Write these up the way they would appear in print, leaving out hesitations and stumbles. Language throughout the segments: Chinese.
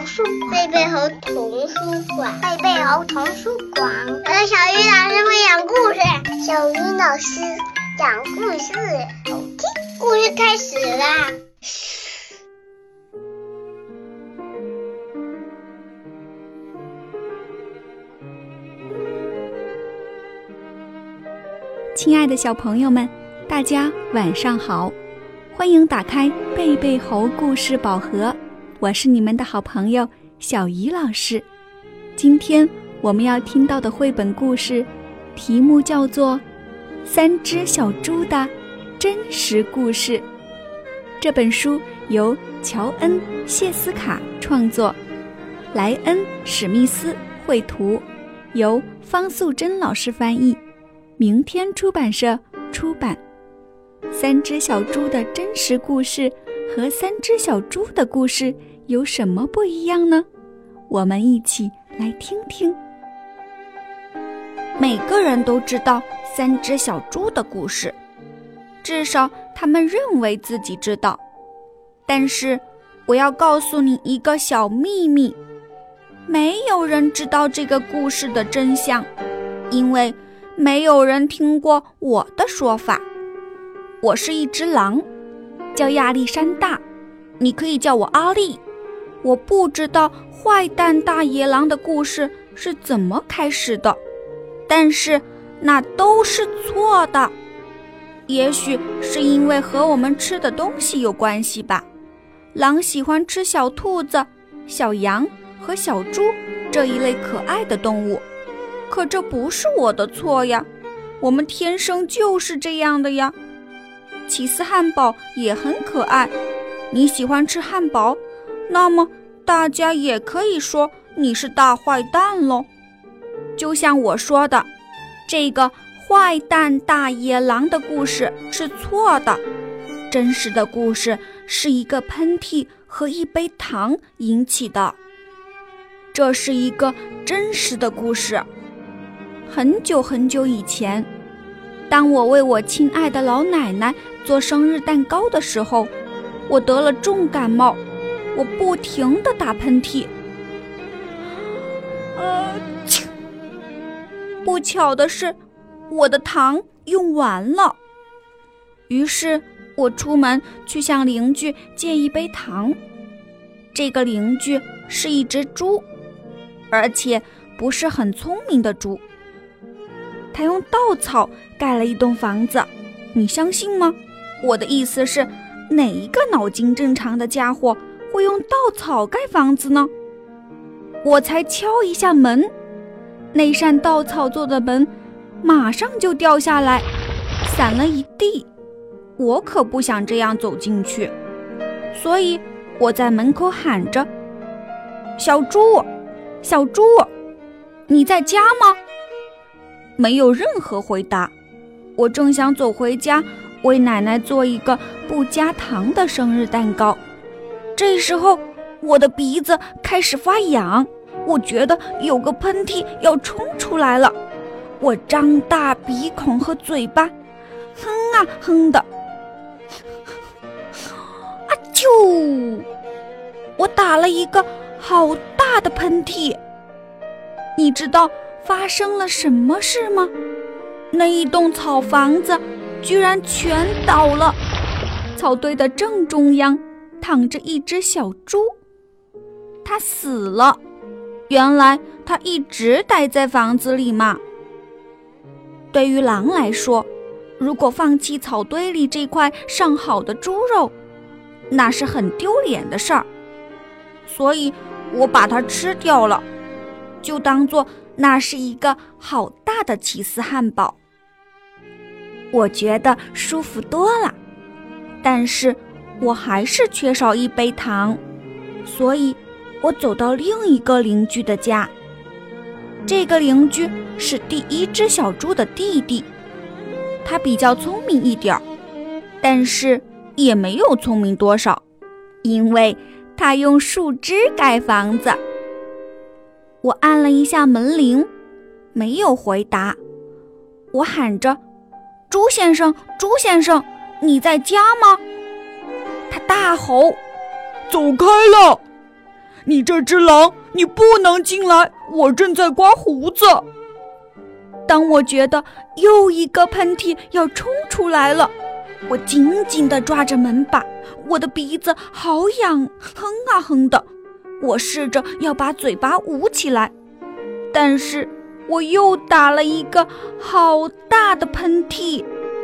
书，贝贝猴童书馆，贝贝猴童书馆。小鱼老师会讲故事，小鱼老师讲故事，好听。故事开始啦！ 亲爱的小朋友们，大家晚上好，欢迎打开贝贝猴故事宝盒，我是你们的好朋友小鱼老师。今天我们要听到的绘本故事题目叫做《三只小猪的真实故事》。这本书由乔恩·谢斯卡创作，莱恩·史密斯绘图，由方素珍老师翻译，明天出版社出版。三只小猪的真实故事和三只小猪的故事有什么不一样呢？我们一起来听听。 每个人都知道三只小猪的故事，至少他们认为自己知道。但是我要告诉你一个小秘密，没有人知道这个故事的真相，因为没有人听过我的说法。我是一只狼，叫亚历山大，你可以叫我阿力。我不知道坏蛋大野狼的故事是怎么开始的，但是那都是错的。也许是因为和我们吃的东西有关系吧。狼喜欢吃小兔子、小羊和小猪这一类可爱的动物，可这不是我的错呀，我们天生就是这样的呀。起司汉堡也很可爱，你喜欢吃汉堡，那么大家也可以说你是大坏蛋咯。就像我说的，这个坏蛋大野狼的故事是错的，真实的故事是一个喷嚏和一杯糖引起的。这是一个真实的故事。很久很久以前，当我为我亲爱的老奶奶做生日蛋糕的时候，我得了重感冒，我不停地打喷嚏。不巧的是，我的糖用完了。于是我出门去向邻居借一杯糖。这个邻居是一只猪，而且不是很聪明的猪。他用稻草盖了一栋房子，你相信吗？我的意思是，哪一个脑筋正常的家伙会用稻草盖房子呢？我才敲一下门，那扇稻草做的门马上就掉下来，散了一地。我可不想这样走进去，所以我在门口喊着：小猪，小猪，你在家吗？没有任何回答。我正想走回家，为奶奶做一个不加糖的生日蛋糕。这时候我的鼻子开始发痒，我觉得有个喷嚏要冲出来了。我张大鼻孔和嘴巴，哼啊哼的，啊啾！我打了一个好大的喷嚏。你知道发生了什么事吗？那一栋草房子居然全倒了，草堆的正中央躺着一只小猪，它死了。原来它一直待在房子里嘛。对于狼来说，如果放弃草堆里这块上好的猪肉，那是很丢脸的事儿，所以我把它吃掉了，就当作那是一个好大的起司汉堡。我觉得舒服多了，但是我还是缺少一杯糖，所以我走到另一个邻居的家。这个邻居是第一只小猪的弟弟，他比较聪明一点，但是也没有聪明多少，因为他用树枝盖房子。我按了一下门铃，没有回答。我喊着：猪先生，猪先生，你在家吗？他大吼： 走开了！ 你这只狼，你不能进来，我正在刮胡子。 当我觉得又一个喷嚏要冲出来了，我紧紧地抓着门把，我的鼻子好痒，哼啊哼的。我试着要把嘴巴捂起来，但是我又打了一个好大的喷嚏。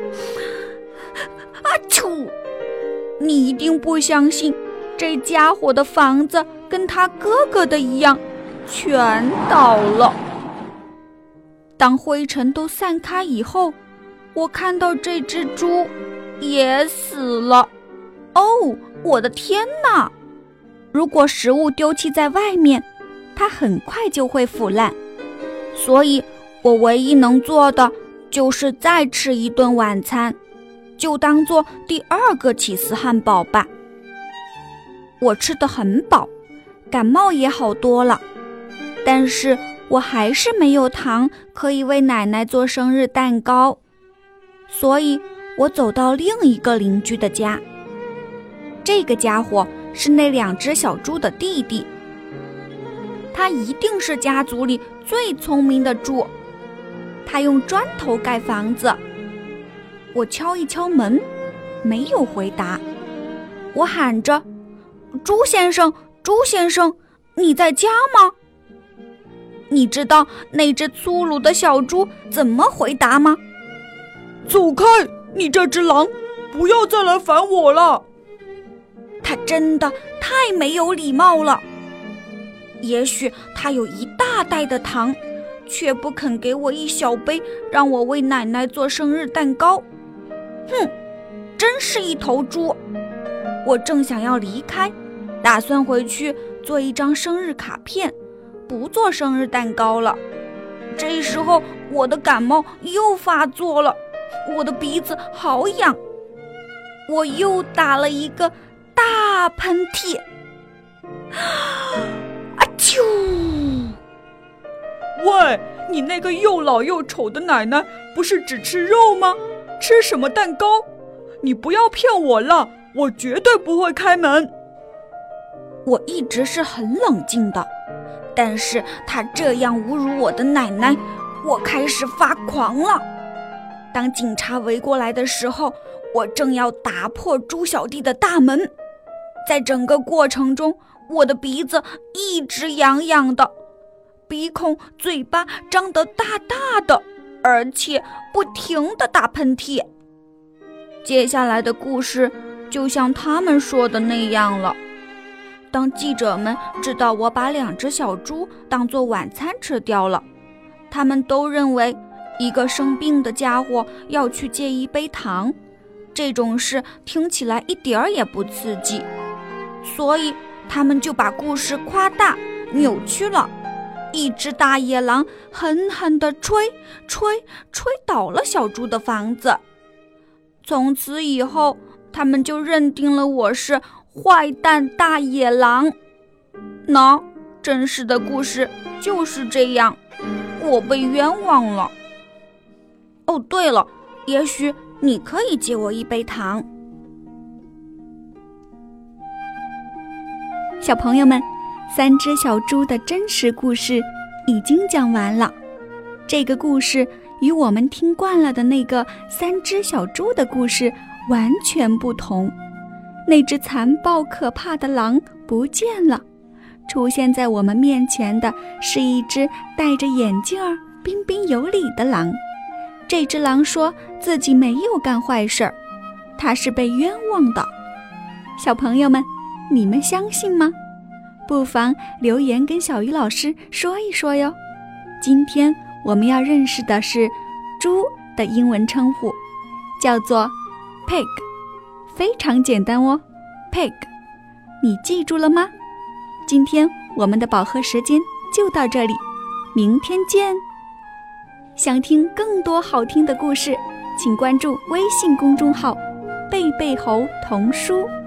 啊啾！你一定不相信，这家伙的房子跟他哥哥的一样，全倒了。当灰尘都散开以后，我看到这只猪也死了。哦，我的天哪！如果食物丢弃在外面，它很快就会腐烂。所以我唯一能做的就是再吃一顿晚餐，就当做第2个起司汉堡吧。我吃得很饱，感冒也好多了，但是我还是没有糖可以为奶奶做生日蛋糕，所以我走到另一个邻居的家。这个家伙是那2只小猪的弟弟，他一定是家族里最聪明的猪。他用砖头盖房子。我敲一敲门，没有回答。我喊着：“猪先生，猪先生，你在家吗？”你知道那只粗鲁的小猪怎么回答吗？ 走开，你这只狼，不要再来烦我了。 他真的太没有礼貌了。也许他有一大袋的糖，却不肯给我一小杯，让我为奶奶做生日蛋糕。哼，真是一头猪。我正想要离开，打算回去做一张生日卡片，不做生日蛋糕了。这时候我的感冒又发作了，我的鼻子好痒，我又打了一个大喷嚏。啊啾！ 喂，你那个又老又丑的奶奶不是只吃肉吗？吃什么蛋糕？你不要骗我了，我绝对不会开门。 我一直是很冷静的，但是他这样侮辱我的奶奶，我开始发狂了。当警察围过来的时候，我正要打破猪小弟的大门。在整个过程中，我的鼻子一直痒痒的，鼻孔、嘴巴张得大大的，而且不停地打喷嚏。接下来的故事就像他们说的那样了。当记者们知道我把2只小猪当作晚餐吃掉了，他们都认为一个生病的家伙要去借一杯糖，这种事听起来一点儿也不刺激，所以他们就把故事夸大扭曲了。一只大野狼狠狠地吹倒了小猪的房子。从此以后，他们就认定了我是坏蛋大野狼。喏，真实的故事就是这样，我被冤枉了。哦，对了，也许你可以借我一杯糖。 小朋友们，3只小猪的真实故事已经讲完了。这个故事与我们听惯了的那个3只小猪的故事完全不同。那只残暴可怕的狼不见了，出现在我们面前的是一只戴着眼镜儿、彬彬有礼的狼。这只狼说自己没有干坏事儿，它是被冤枉的。小朋友们，你们相信吗？不妨留言跟小鱼老师说一说哟。今天我们要认识的是猪的英文称呼，叫做 pig， 非常简单哦， pig， 你记住了吗？今天我们的饱和时间就到这里，明天见。想听更多好听的故事，请关注微信公众号贝贝猴童书。